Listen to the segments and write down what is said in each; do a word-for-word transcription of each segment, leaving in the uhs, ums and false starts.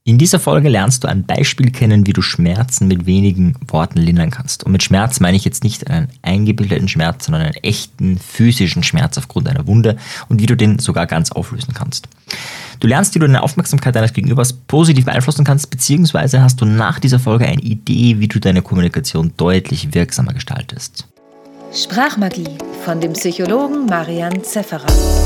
In dieser Folge lernst du ein Beispiel kennen, wie du Schmerzen mit wenigen Worten lindern kannst. Und mit Schmerz meine ich jetzt nicht einen eingebildeten Schmerz, sondern einen echten physischen Schmerz aufgrund einer Wunde und wie du den sogar ganz auflösen kannst. Du lernst, wie du deine Aufmerksamkeit deines Gegenübers positiv beeinflussen kannst, beziehungsweise hast du nach dieser Folge eine Idee, wie du deine Kommunikation deutlich wirksamer gestaltest. Sprachmagie von dem Psychologen Marian Zefferer.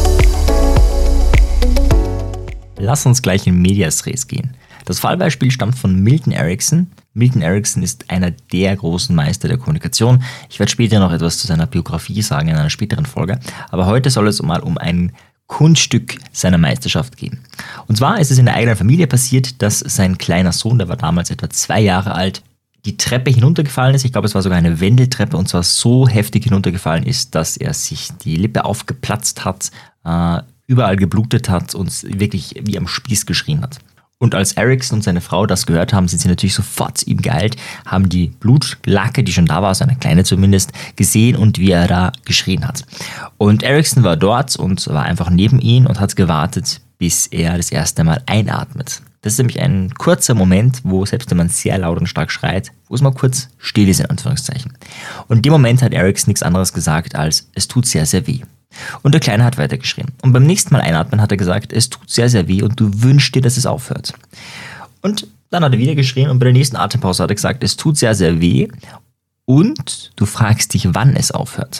Lass uns gleich in Medias Res gehen. Das Fallbeispiel stammt von Milton Erickson. Milton Erickson ist einer der großen Meister der Kommunikation. Ich werde später noch etwas zu seiner Biografie sagen in einer späteren Folge. Aber heute soll es mal um ein Kunststück seiner Meisterschaft gehen. Und zwar ist es in der eigenen Familie passiert, dass sein kleiner Sohn, der war damals etwa zwei Jahre alt, die Treppe hinuntergefallen ist. Ich glaube, es war sogar eine Wendeltreppe und zwar so heftig hinuntergefallen ist, dass er sich die Lippe aufgeplatzt hat, äh, überall geblutet hat und wirklich wie am Spieß geschrien hat. Und als Erickson und seine Frau das gehört haben, sind sie natürlich sofort zu ihm geeilt, haben die Blutlacke, die schon da war, seine kleine zumindest, gesehen und wie er da geschrien hat. Und Erickson war dort und war einfach neben ihm und hat gewartet, bis er das erste Mal einatmet. Das ist nämlich ein kurzer Moment, wo selbst wenn man sehr laut und stark schreit, wo es mal kurz still ist, in Anführungszeichen. Und in dem Moment hat Erickson nichts anderes gesagt als, es tut sehr, sehr weh. Und der Kleine hat weitergeschrien. Und beim nächsten Mal einatmen hat er gesagt, es tut sehr, sehr weh und du wünschst dir, dass es aufhört. Und dann hat er wieder geschrien und bei der nächsten Atempause hat er gesagt, es tut sehr, sehr weh und du fragst dich, wann es aufhört.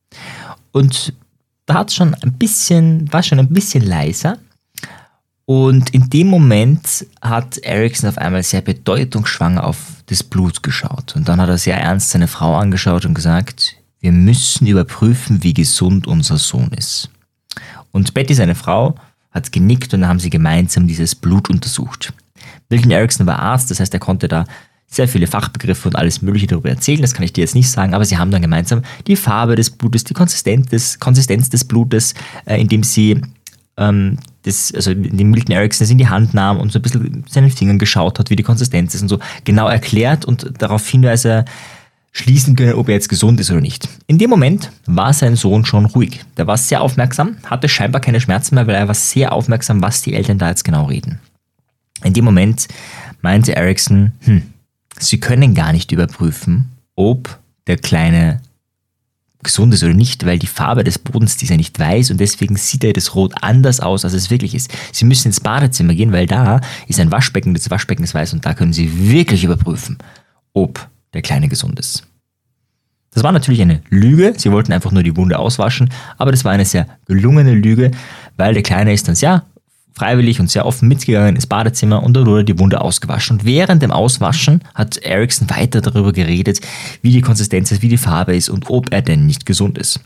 Und da hat es schon ein bisschen, war schon ein bisschen leiser. Und in dem Moment hat Erickson auf einmal sehr bedeutungsschwanger auf das Blut geschaut. Und dann hat er sehr ernst seine Frau angeschaut und gesagt, wir müssen überprüfen, wie gesund unser Sohn ist. Und Betty, seine Frau, hat genickt und dann haben sie gemeinsam dieses Blut untersucht. Milton Erickson war Arzt, das heißt, er konnte da sehr viele Fachbegriffe und alles Mögliche darüber erzählen. Das kann ich dir jetzt nicht sagen, aber sie haben dann gemeinsam die Farbe des Blutes, die Konsistenz des, Konsistenz des Blutes, äh, indem sie ähm, das, also indem Milton Erickson es in die Hand nahm und so ein bisschen mit seinen Fingern geschaut hat, wie die Konsistenz ist und so genau erklärt und darauf Hinweise schließen können, ob er jetzt gesund ist oder nicht. In dem Moment war sein Sohn schon ruhig. Der war sehr aufmerksam, hatte scheinbar keine Schmerzen mehr, weil er war sehr aufmerksam, was die Eltern da jetzt genau reden. In dem Moment meinte Erickson, hm, sie können gar nicht überprüfen, ob der Kleine gesund ist oder nicht, weil die Farbe des Bodens, die ist ja nicht weiß und deswegen sieht er das Rot anders aus, als es wirklich ist. Sie müssen ins Badezimmer gehen, weil da ist ein Waschbecken, das Waschbecken ist weiß und da können sie wirklich überprüfen, ob der Kleine gesund ist. Das war natürlich eine Lüge, sie wollten einfach nur die Wunde auswaschen, aber das war eine sehr gelungene Lüge, weil der Kleine ist dann sehr freiwillig und sehr offen mitgegangen ins Badezimmer und da wurde die Wunde ausgewaschen. Und während dem Auswaschen hat Erickson weiter darüber geredet, wie die Konsistenz ist, wie die Farbe ist und ob er denn nicht gesund ist.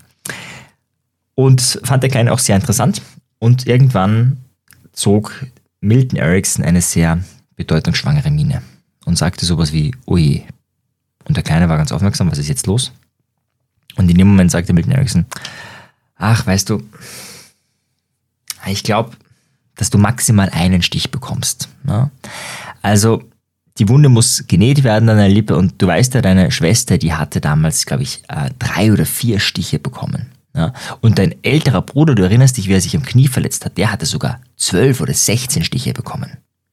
Und fand der Kleine auch sehr interessant und irgendwann zog Milton Erickson eine sehr bedeutungsschwangere Miene und sagte sowas wie, oje. Und der Kleine war ganz aufmerksam, was ist jetzt los? Und in dem Moment sagte Milton Erickson, ach, weißt du, ich glaube, dass du maximal einen Stich bekommst. Ne? Also die Wunde muss genäht werden an der Lippe und du weißt ja, deine Schwester, die hatte damals, glaube ich, drei oder vier Stiche bekommen. Ne? Und dein älterer Bruder, du erinnerst dich, wie er sich am Knie verletzt hat, der hatte sogar zwölf oder sechzehn Stiche bekommen.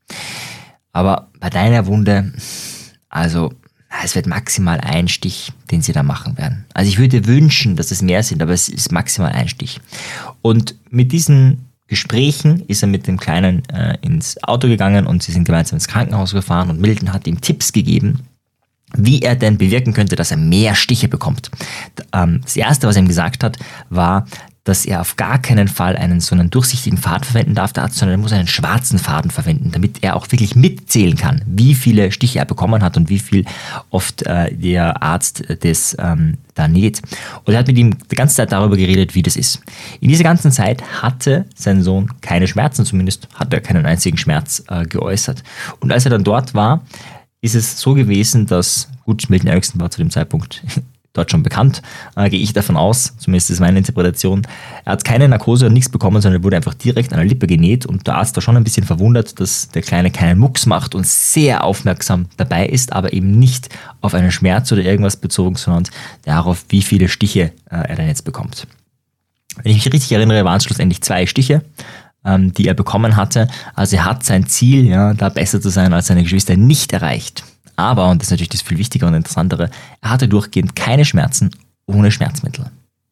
Aber bei deiner Wunde, also es wird maximal ein Stich, den sie da machen werden. Also ich würde wünschen, dass es mehr sind, aber es ist maximal ein Stich. Und mit diesen Gesprächen ist er mit dem Kleinen äh, ins Auto gegangen und sie sind gemeinsam ins Krankenhaus gefahren und Milton hat ihm Tipps gegeben, wie er denn bewirken könnte, dass er mehr Stiche bekommt. Ähm, das Erste, was er ihm gesagt hat, war, dass er auf gar keinen Fall einen so einen durchsichtigen Faden verwenden darf, der Arzt, sondern er muss einen schwarzen Faden verwenden, damit er auch wirklich mitzählen kann, wie viele Stiche er bekommen hat und wie viel oft äh, der Arzt das ähm, da näht. Und er hat mit ihm die ganze Zeit darüber geredet, wie das ist. In dieser ganzen Zeit hatte sein Sohn keine Schmerzen, zumindest hat er keinen einzigen Schmerz äh, geäußert. Und als er dann dort war, ist es so gewesen, dass, gut, Milton Erickson war zu dem Zeitpunkt dort schon bekannt, äh, gehe ich davon aus, zumindest ist meine Interpretation. Er hat keine Narkose oder nichts bekommen, sondern wurde einfach direkt an der Lippe genäht und der Arzt war schon ein bisschen verwundert, dass der Kleine keinen Mucks macht und sehr aufmerksam dabei ist, aber eben nicht auf einen Schmerz oder irgendwas bezogen, sondern darauf, wie viele Stiche äh, er dann jetzt bekommt. Wenn ich mich richtig erinnere, waren es schlussendlich zwei Stiche. ähm, die er bekommen hatte. Also er hat sein Ziel, ja, da besser zu sein als seine Geschwister, nicht erreicht. Aber, und das ist natürlich das viel wichtigere und interessantere, er hatte durchgehend keine Schmerzen ohne Schmerzmittel.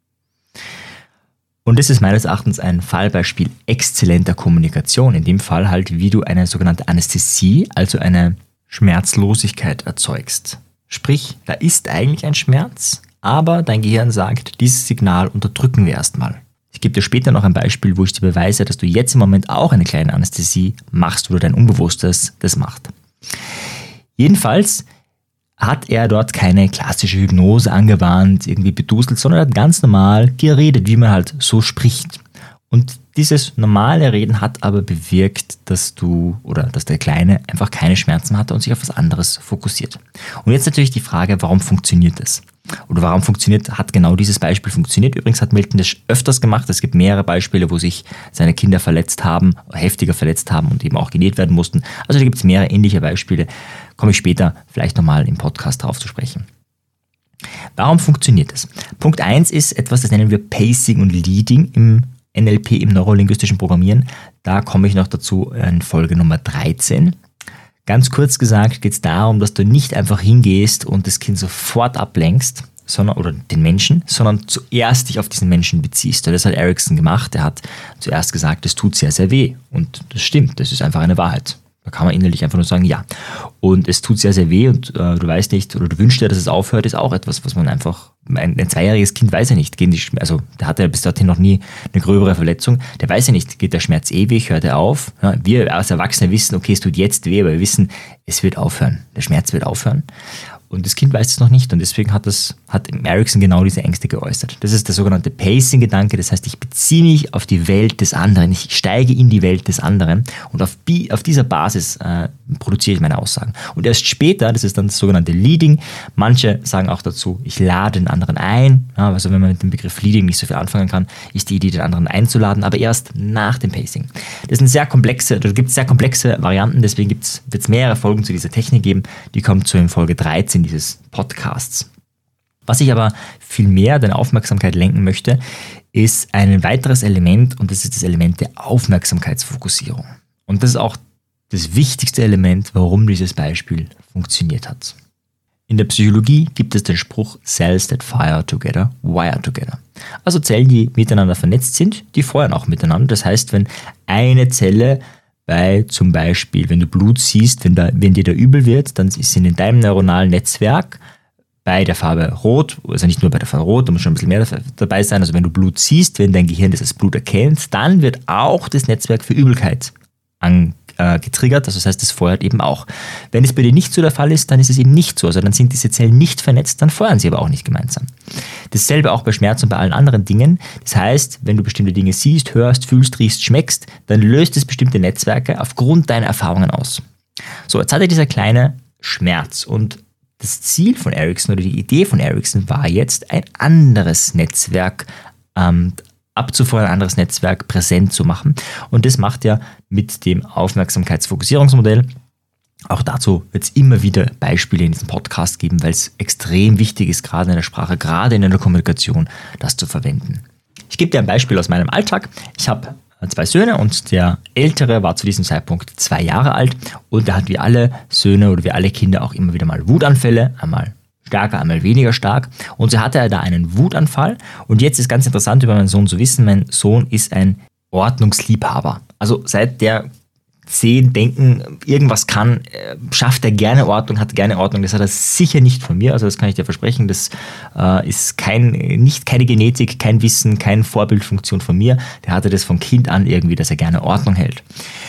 Und das ist meines Erachtens ein Fallbeispiel exzellenter Kommunikation. In dem Fall halt, wie du eine sogenannte Anästhesie, also eine Schmerzlosigkeit erzeugst. Sprich, da ist eigentlich ein Schmerz, aber dein Gehirn sagt, dieses Signal unterdrücken wir erstmal. Ich gebe dir später noch ein Beispiel, wo ich dir beweise, dass du jetzt im Moment auch eine kleine Anästhesie machst, wo dein Unbewusstes das macht. Jedenfalls hat er dort keine klassische Hypnose angewandt, irgendwie beduselt, sondern hat ganz normal geredet, wie man halt so spricht. Und dieses normale Reden hat aber bewirkt, dass du oder dass der Kleine einfach keine Schmerzen hatte und sich auf was anderes fokussiert. Und jetzt natürlich die Frage, warum funktioniert das? Oder warum funktioniert, hat genau dieses Beispiel funktioniert? Übrigens hat Milton das öfters gemacht. Es gibt mehrere Beispiele, wo sich seine Kinder verletzt haben, heftiger verletzt haben und eben auch genäht werden mussten. Also da gibt es mehrere ähnliche Beispiele. Komme ich später vielleicht nochmal im Podcast drauf zu sprechen. Warum funktioniert das? Punkt eins ist etwas, das nennen wir Pacing und Leading im N L P, im neurolinguistischen Programmieren. Da komme ich noch dazu in Folge Nummer dreizehn. Ganz kurz gesagt geht es darum, dass du nicht einfach hingehst und das Kind sofort ablenkst, sondern, oder den Menschen, sondern zuerst dich auf diesen Menschen beziehst. Das hat Erikson gemacht. Er hat zuerst gesagt, es tut sehr, sehr weh. Und das stimmt, das ist einfach eine Wahrheit. Da kann man innerlich einfach nur sagen, ja. Und es tut sehr, sehr weh und äh, du weißt nicht, oder du wünschst dir, dass es aufhört, ist auch etwas, was man einfach, ein, ein zweijähriges Kind weiß ja nicht, gehen die, also der hatte bis dorthin noch nie eine gröbere Verletzung, der weiß ja nicht, geht der Schmerz ewig, hört er auf? Ja, wir als Erwachsene wissen, okay, es tut jetzt weh, aber wir wissen, es wird aufhören, der Schmerz wird aufhören. Und das Kind weiß es noch nicht und deswegen hat, das, hat Erikson genau diese Ängste geäußert. Das ist der sogenannte Pacing-Gedanke, das heißt, ich beziehe mich auf die Welt des anderen, ich steige in die Welt des anderen und auf, auf dieser Basis äh, produziere ich meine Aussagen. Und erst später, das ist dann das sogenannte Leading, manche sagen auch dazu, ich lade den anderen ein, ja, also wenn man mit dem Begriff Leading nicht so viel anfangen kann, ist die Idee, den anderen einzuladen, aber erst nach dem Pacing. Das sind sehr komplexe, da gibt es sehr komplexe Varianten, deswegen wird es mehrere Folgen zu dieser Technik geben, die kommt zu in Folge dreizehn dieses Podcasts. Was ich aber viel mehr deine Aufmerksamkeit lenken möchte, ist ein weiteres Element und das ist das Element der Aufmerksamkeitsfokussierung. Und das ist auch das wichtigste Element, warum dieses Beispiel funktioniert hat. In der Psychologie gibt es den Spruch Cells that fire together, wire together. Also Zellen, die miteinander vernetzt sind, die feuern auch miteinander. Das heißt, wenn eine Zelle bei zum Beispiel, wenn du Blut siehst, wenn, da, wenn dir da übel wird, dann sind in deinem neuronalen Netzwerk bei der Farbe Rot, also nicht nur bei der Farbe Rot, da muss schon ein bisschen mehr dabei sein, also wenn du Blut siehst, wenn dein Gehirn das als Blut erkennt, dann wird auch das Netzwerk für Übelkeit an, äh, getriggert, also das heißt, es feuert eben auch. Wenn es bei dir nicht so der Fall ist, dann ist es eben nicht so, also dann sind diese Zellen nicht vernetzt, dann feuern sie aber auch nicht gemeinsam. Dasselbe auch bei Schmerz und bei allen anderen Dingen. Das heißt, wenn du bestimmte Dinge siehst, hörst, fühlst, riechst, schmeckst, dann löst es bestimmte Netzwerke aufgrund deiner Erfahrungen aus. So, jetzt hatte dieser kleine Schmerz und das Ziel von Erikson oder die Idee von Erikson war jetzt, ein anderes Netzwerk ähm, abzufeuern, ein anderes Netzwerk präsent zu machen. Und das macht er mit dem Aufmerksamkeitsfokussierungsmodell. Auch dazu wird es immer wieder Beispiele in diesem Podcast geben, weil es extrem wichtig ist, gerade in der Sprache, gerade in der Kommunikation, das zu verwenden. Ich gebe dir ein Beispiel aus meinem Alltag. Ich habe zwei Söhne und der Ältere war zu diesem Zeitpunkt zwei Jahre alt und er hat wie alle Söhne oder wie alle Kinder auch immer wieder mal Wutanfälle, einmal stärker, einmal weniger stark. Und so hatte er da einen Wutanfall und jetzt ist ganz interessant über meinen Sohn zu wissen, mein Sohn ist ein Ordnungsliebhaber. Also seit der zehn denken, irgendwas kann, schafft er gerne Ordnung, hat gerne Ordnung. Das hat er sicher nicht von mir, also das kann ich dir versprechen. Das äh, ist kein, nicht keine Genetik, kein Wissen, keine Vorbildfunktion von mir. Der hatte das von Kind an irgendwie, dass er gerne Ordnung hält.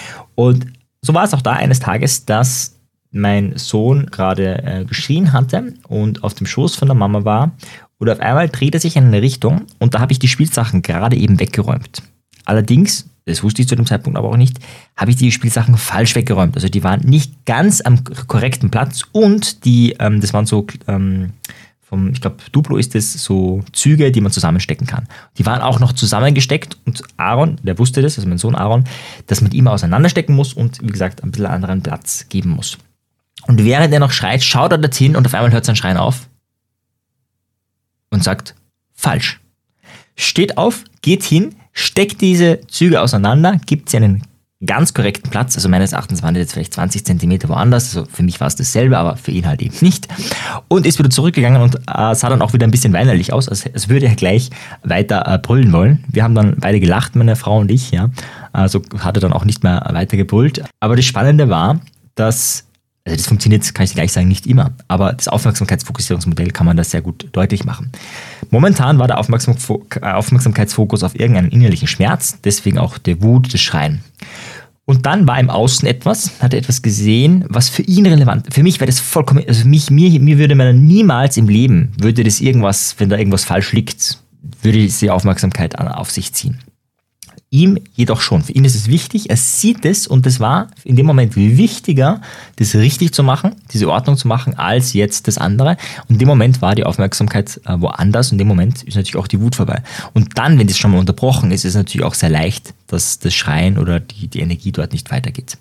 Und so war es auch da eines Tages, dass mein Sohn gerade äh, geschrien hatte und auf dem Schoß von der Mama war und auf einmal dreht er sich in eine Richtung und da habe ich die Spielsachen gerade eben weggeräumt. Allerdings, das wusste ich zu dem Zeitpunkt aber auch nicht, habe ich die Spielsachen falsch weggeräumt. Also die waren nicht ganz am korrekten Platz und die, ähm, das waren so, ähm, vom, ich glaube Duplo ist es, so Züge, die man zusammenstecken kann. Die waren auch noch zusammengesteckt und Aaron, der wusste das, also mein Sohn Aaron, dass man die immer auseinanderstecken muss und wie gesagt ein bisschen anderen Platz geben muss. Und während er noch schreit, schaut er dorthin und auf einmal hört sein Schreien auf und sagt, falsch. Steht auf, geht hin, steckt diese Züge auseinander, gibt sie einen ganz korrekten Platz, also meines Erachtens waren die jetzt vielleicht zwanzig Zentimeter woanders, also für mich war es dasselbe, aber für ihn halt eben nicht, und ist wieder zurückgegangen und äh, sah dann auch wieder ein bisschen weinerlich aus, als, als würde er gleich weiter äh, brüllen wollen. Wir haben dann beide gelacht, meine Frau und ich, ja, also hat er dann auch nicht mehr weiter gebrüllt, aber das Spannende war, dass, also das funktioniert, kann ich gleich sagen, nicht immer, aber das Aufmerksamkeitsfokussierungsmodell kann man das sehr gut deutlich machen. Momentan war der Aufmerksam- Aufmerksamkeitsfokus auf irgendeinen innerlichen Schmerz, deswegen auch der Wut, das Schreien. Und dann war im Außen etwas, hat er etwas gesehen, was für ihn relevant, für mich wäre das vollkommen, also mich, mir, mir würde man niemals im Leben, würde das irgendwas, wenn da irgendwas falsch liegt, würde diese Aufmerksamkeit auf sich ziehen. Ihm jedoch schon. Für ihn ist es wichtig, er sieht es und es war in dem Moment wichtiger, das richtig zu machen, diese Ordnung zu machen, als jetzt das andere. Und in dem Moment war die Aufmerksamkeit äh, woanders und in dem Moment ist natürlich auch die Wut vorbei. Und dann, wenn das schon mal unterbrochen ist, ist es natürlich auch sehr leicht, dass das Schreien oder die, die Energie dort nicht weitergeht.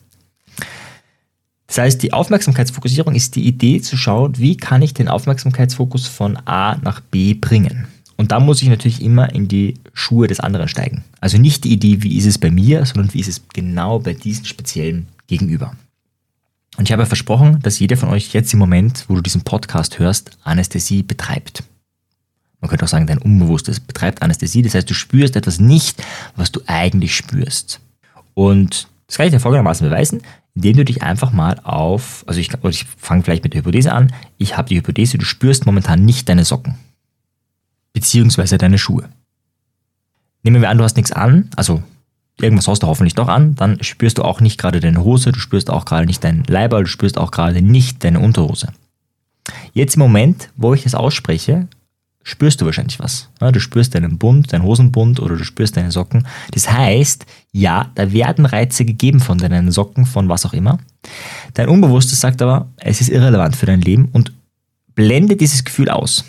Das heißt, die Aufmerksamkeitsfokussierung ist die Idee zu schauen, wie kann ich den Aufmerksamkeitsfokus von A nach B bringen. Und da muss ich natürlich immer in die Schuhe des anderen steigen. Also nicht die Idee, wie ist es bei mir, sondern wie ist es genau bei diesem speziellen Gegenüber. Und ich habe ja versprochen, dass jeder von euch jetzt im Moment, wo du diesen Podcast hörst, Anästhesie betreibt. Man könnte auch sagen, dein Unbewusstes betreibt Anästhesie. Das heißt, du spürst etwas nicht, was du eigentlich spürst. Und das kann ich dir folgendermaßen beweisen, indem du dich einfach mal auf, also ich, ich fange vielleicht mit der Hypothese an, ich habe die Hypothese, du spürst momentan nicht deine Socken. Beziehungsweise deine Schuhe. Nehmen wir an, du hast nichts an, also irgendwas hast du hoffentlich doch an, dann spürst du auch nicht gerade deine Hose, du spürst auch gerade nicht deinen Leiberl, du spürst auch gerade nicht deine Unterhose. Jetzt im Moment, wo ich das ausspreche, spürst du wahrscheinlich was. Du spürst deinen Bund, deinen Hosenbund oder du spürst deine Socken. Das heißt, ja, da werden Reize gegeben von deinen Socken, von was auch immer. Dein Unbewusstes sagt aber, es ist irrelevant für dein Leben und blendet dieses Gefühl aus.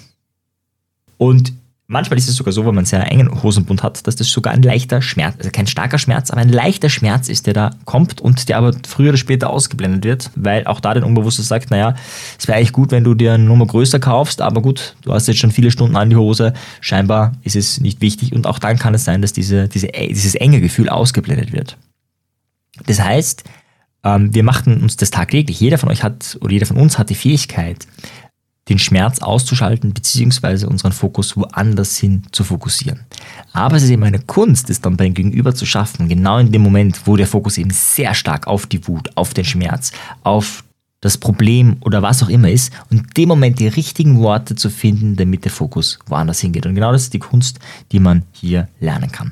Und manchmal ist es sogar so, wenn man einen sehr engen Hosenbund hat, dass das sogar ein leichter Schmerz, also kein starker Schmerz, aber ein leichter Schmerz ist, der da kommt und der aber früher oder später ausgeblendet wird, weil auch da dein Unbewusstes sagt, naja, es wäre eigentlich gut, wenn du dir eine Nummer größer kaufst, aber gut, du hast jetzt schon viele Stunden an die Hose, scheinbar ist es nicht wichtig und auch dann kann es sein, dass diese, diese, dieses enge Gefühl ausgeblendet wird. Das heißt, wir machen uns das tagtäglich, jeder von euch hat oder jeder von uns hat die Fähigkeit, den Schmerz auszuschalten, beziehungsweise unseren Fokus woanders hin zu fokussieren. Aber es ist eben eine Kunst, es dann beim Gegenüber zu schaffen, genau in dem Moment, wo der Fokus eben sehr stark auf die Wut, auf den Schmerz, auf das Problem oder was auch immer ist, und in dem Moment die richtigen Worte zu finden, damit der Fokus woanders hingeht. Und genau das ist die Kunst, die man hier lernen kann.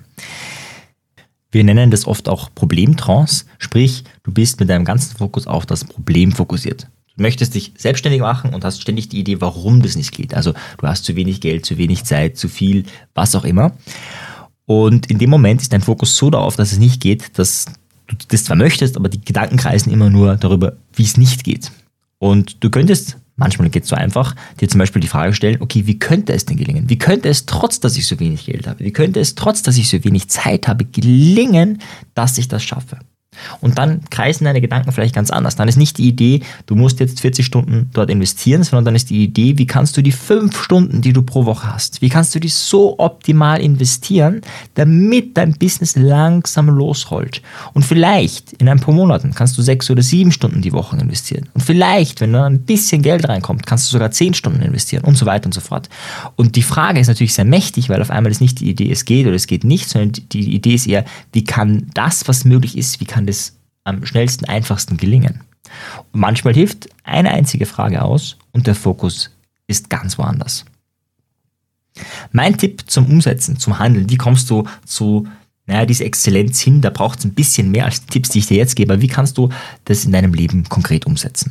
Wir nennen das oft auch Problemtrance, sprich, du bist mit deinem ganzen Fokus auf das Problem fokussiert. Du möchtest dich selbstständig machen und hast ständig die Idee, warum das nicht geht. Also du hast zu wenig Geld, zu wenig Zeit, zu viel, was auch immer. Und in dem Moment ist dein Fokus so darauf, dass es nicht geht, dass du das zwar möchtest, aber die Gedanken kreisen immer nur darüber, wie es nicht geht. Und du könntest, manchmal geht es so einfach, dir zum Beispiel die Frage stellen, okay, wie könnte es denn gelingen? Wie könnte es trotz, dass ich so wenig Geld habe? Wie könnte es trotz, dass ich so wenig Zeit habe, gelingen, dass ich das schaffe? Und dann kreisen deine Gedanken vielleicht ganz anders. Dann ist nicht die Idee, du musst jetzt vierzig Stunden dort investieren, sondern dann ist die Idee, wie kannst du die fünf Stunden, die du pro Woche hast, wie kannst du die so optimal investieren, damit dein Business langsam losrollt. Und vielleicht in ein paar Monaten kannst du sechs oder sieben Stunden die Woche investieren. Und vielleicht, wenn da ein bisschen Geld reinkommt, kannst du sogar zehn Stunden investieren und so weiter und so fort. Und die Frage ist natürlich sehr mächtig, weil auf einmal ist nicht die Idee, es geht oder es geht nicht, sondern die Idee ist eher, wie kann das, was möglich ist, wie kann das am schnellsten, einfachsten gelingen. Und manchmal hilft eine einzige Frage aus und der Fokus ist ganz woanders. Mein Tipp zum Umsetzen, zum Handeln, wie kommst du zu naja, diese Exzellenz hin, da braucht es ein bisschen mehr als die Tipps, die ich dir jetzt gebe, aber wie kannst du das in deinem Leben konkret umsetzen?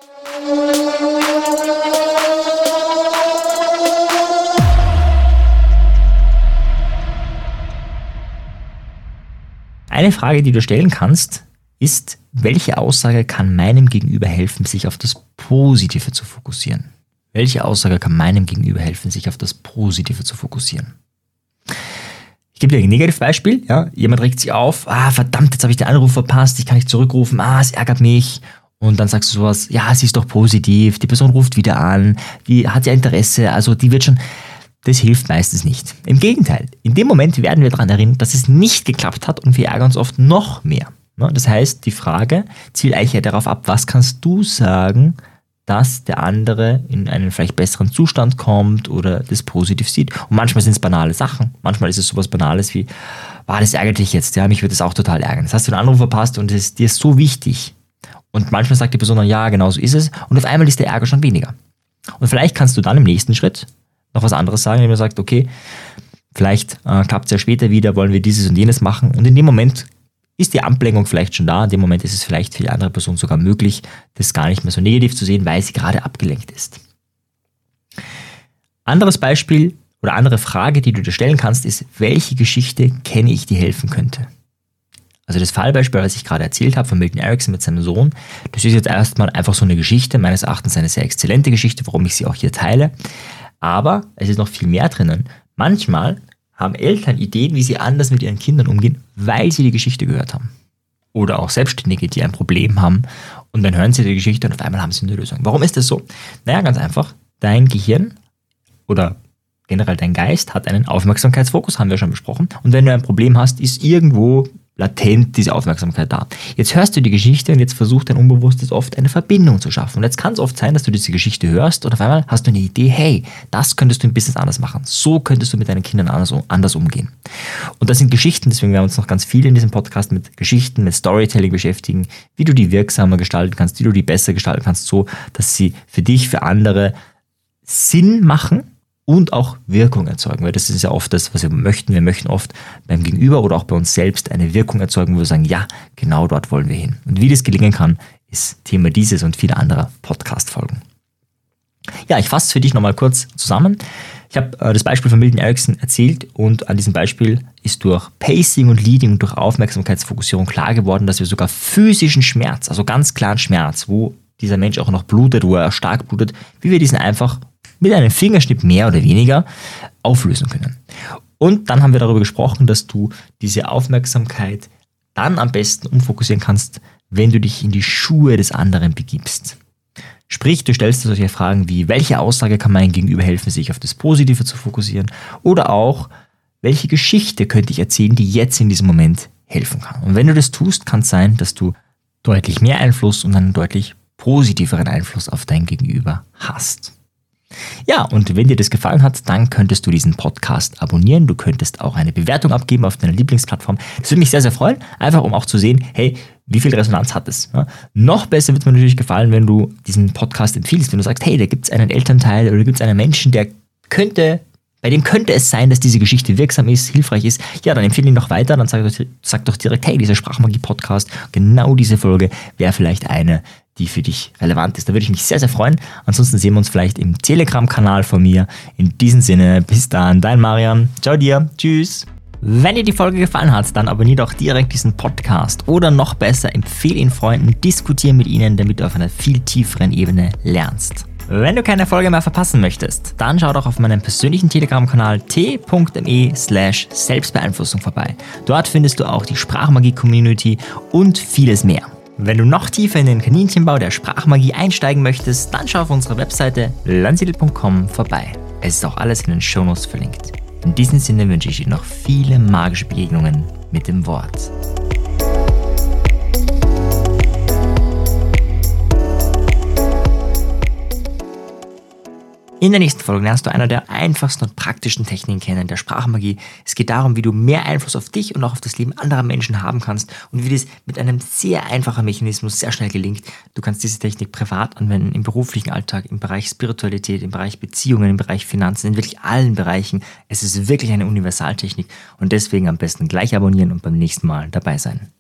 Eine Frage, die du stellen kannst, ist, welche Aussage kann meinem Gegenüber helfen, sich auf das Positive zu fokussieren? Welche Aussage kann meinem Gegenüber helfen, sich auf das Positive zu fokussieren? Ich gebe dir ein Negativbeispiel. Ja? Jemand regt sich auf, ah verdammt, jetzt habe ich den Anruf verpasst, ich kann nicht zurückrufen, ah, es ärgert mich. Und dann sagst du sowas, ja, sie ist doch positiv, die Person ruft wieder an, die hat ja Interesse, also die wird schon... das hilft meistens nicht. Im Gegenteil, in dem Moment werden wir daran erinnert, dass es nicht geklappt hat und wir ärgern uns oft noch mehr. Das heißt, die Frage zielt eigentlich ja darauf ab, was kannst du sagen, dass der andere in einen vielleicht besseren Zustand kommt oder das positiv sieht. Und manchmal sind es banale Sachen. Manchmal ist es sowas Banales wie, wow, das ärgert dich jetzt, ja, mich wird das auch total ärgern. Das hast du einen Anruf verpasst und es dir ist so wichtig. Und manchmal sagt die Person dann, ja, genau so ist es. Und auf einmal ist der Ärger schon weniger. Und vielleicht kannst du dann im nächsten Schritt noch was anderes sagen, indem du sagst, okay, vielleicht äh, klappt es ja später wieder, wollen wir dieses und jenes machen. Und in dem Moment ist die Ablenkung vielleicht schon da. In dem Moment ist es vielleicht für die andere Person sogar möglich, das gar nicht mehr so negativ zu sehen, weil sie gerade abgelenkt ist. Anderes Beispiel oder andere Frage, die du dir stellen kannst, ist, welche Geschichte kenne ich, die helfen könnte? Also das Fallbeispiel, was ich gerade erzählt habe von Milton Erickson mit seinem Sohn, das ist jetzt erstmal einfach so eine Geschichte, meines Erachtens eine sehr exzellente Geschichte, warum ich sie auch hier teile. Aber es ist noch viel mehr drinnen. Manchmal haben Eltern Ideen, wie sie anders mit ihren Kindern umgehen, weil sie die Geschichte gehört haben. Oder auch Selbstständige, die ein Problem haben und dann hören sie die Geschichte und auf einmal haben sie eine Lösung. Warum ist das so? Naja, ganz einfach. Dein Gehirn oder generell dein Geist hat einen Aufmerksamkeitsfokus, haben wir schon besprochen. Und wenn du ein Problem hast, ist irgendwo latent diese Aufmerksamkeit da. Jetzt hörst du die Geschichte und jetzt versucht dein Unbewusstes oft eine Verbindung zu schaffen. Und jetzt kann es oft sein, dass du diese Geschichte hörst und auf einmal hast du eine Idee, hey, das könntest du im Business anders machen. So könntest du mit deinen Kindern anders, anders umgehen. Und das sind Geschichten, deswegen werden wir uns noch ganz viel in diesem Podcast mit Geschichten, mit Storytelling beschäftigen, wie du die wirksamer gestalten kannst, wie du die besser gestalten kannst, so dass sie für dich, für andere Sinn machen und auch Wirkung erzeugen, weil das ist ja oft das, was wir möchten. Wir möchten oft beim Gegenüber oder auch bei uns selbst eine Wirkung erzeugen, wo wir sagen, ja, genau dort wollen wir hin. Und wie das gelingen kann, ist Thema dieses und vieler anderer Podcast-Folgen. Ja, ich fasse es für dich nochmal kurz zusammen. Ich habe äh, das Beispiel von Milton Erickson erzählt und an diesem Beispiel ist durch Pacing und Leading und durch Aufmerksamkeitsfokussierung klar geworden, dass wir sogar physischen Schmerz, also ganz klaren Schmerz, wo dieser Mensch auch noch blutet, wo er stark blutet, wie wir diesen einfach mit einem Fingerschnipp mehr oder weniger auflösen können. Und dann haben wir darüber gesprochen, dass du diese Aufmerksamkeit dann am besten umfokussieren kannst, wenn du dich in die Schuhe des anderen begibst. Sprich, du stellst dir solche Fragen wie, welche Aussage kann meinem Gegenüber helfen, sich auf das Positive zu fokussieren? Oder auch, welche Geschichte könnte ich erzählen, die jetzt in diesem Moment helfen kann? Und wenn du das tust, kann es sein, dass du deutlich mehr Einfluss und einen deutlich positiveren Einfluss auf dein Gegenüber hast. Ja, und wenn dir das gefallen hat, dann könntest du diesen Podcast abonnieren. Du könntest auch eine Bewertung abgeben auf deiner Lieblingsplattform. Das würde mich sehr, sehr freuen, einfach um auch zu sehen, hey, wie viel Resonanz hat es? Ja, noch besser wird es mir natürlich gefallen, wenn du diesen Podcast empfiehlst, wenn du sagst, hey, da gibt es einen Elternteil oder da gibt es einen Menschen, der könnte, bei dem könnte es sein, dass diese Geschichte wirksam ist, hilfreich ist. Ja, dann empfehle ihn doch weiter, dann sag, sag doch direkt, hey, dieser Sprachmagie-Podcast, genau diese Folge wäre vielleicht eine, die für dich relevant ist. Da würde ich mich sehr, sehr freuen. Ansonsten sehen wir uns vielleicht im Telegram-Kanal von mir. In diesem Sinne, bis dann, dein Marian. Ciao dir. Tschüss. Wenn dir die Folge gefallen hat, dann abonniere doch direkt diesen Podcast oder noch besser, empfehle ihn Freunden, diskutiere mit ihnen, damit du auf einer viel tieferen Ebene lernst. Wenn du keine Folge mehr verpassen möchtest, dann schau doch auf meinem persönlichen Telegram-Kanal t.me slash Selbstbeeinflussung vorbei. Dort findest du auch die Sprachmagie-Community und vieles mehr. Wenn du noch tiefer in den Kaninchenbau der Sprachmagie einsteigen möchtest, dann schau auf unserer Webseite landsiedel punkt com vorbei. Es ist auch alles in den Shownotes verlinkt. In diesem Sinne wünsche ich dir noch viele magische Begegnungen mit dem Wort. In der nächsten Folge lernst du einer der einfachsten und praktischen Techniken kennen, der Sprachmagie. Es geht darum, wie du mehr Einfluss auf dich und auch auf das Leben anderer Menschen haben kannst und wie das mit einem sehr einfachen Mechanismus sehr schnell gelingt. Du kannst diese Technik privat anwenden, im beruflichen Alltag, im Bereich Spiritualität, im Bereich Beziehungen, im Bereich Finanzen, in wirklich allen Bereichen. Es ist wirklich eine Universaltechnik und deswegen am besten gleich abonnieren und beim nächsten Mal dabei sein.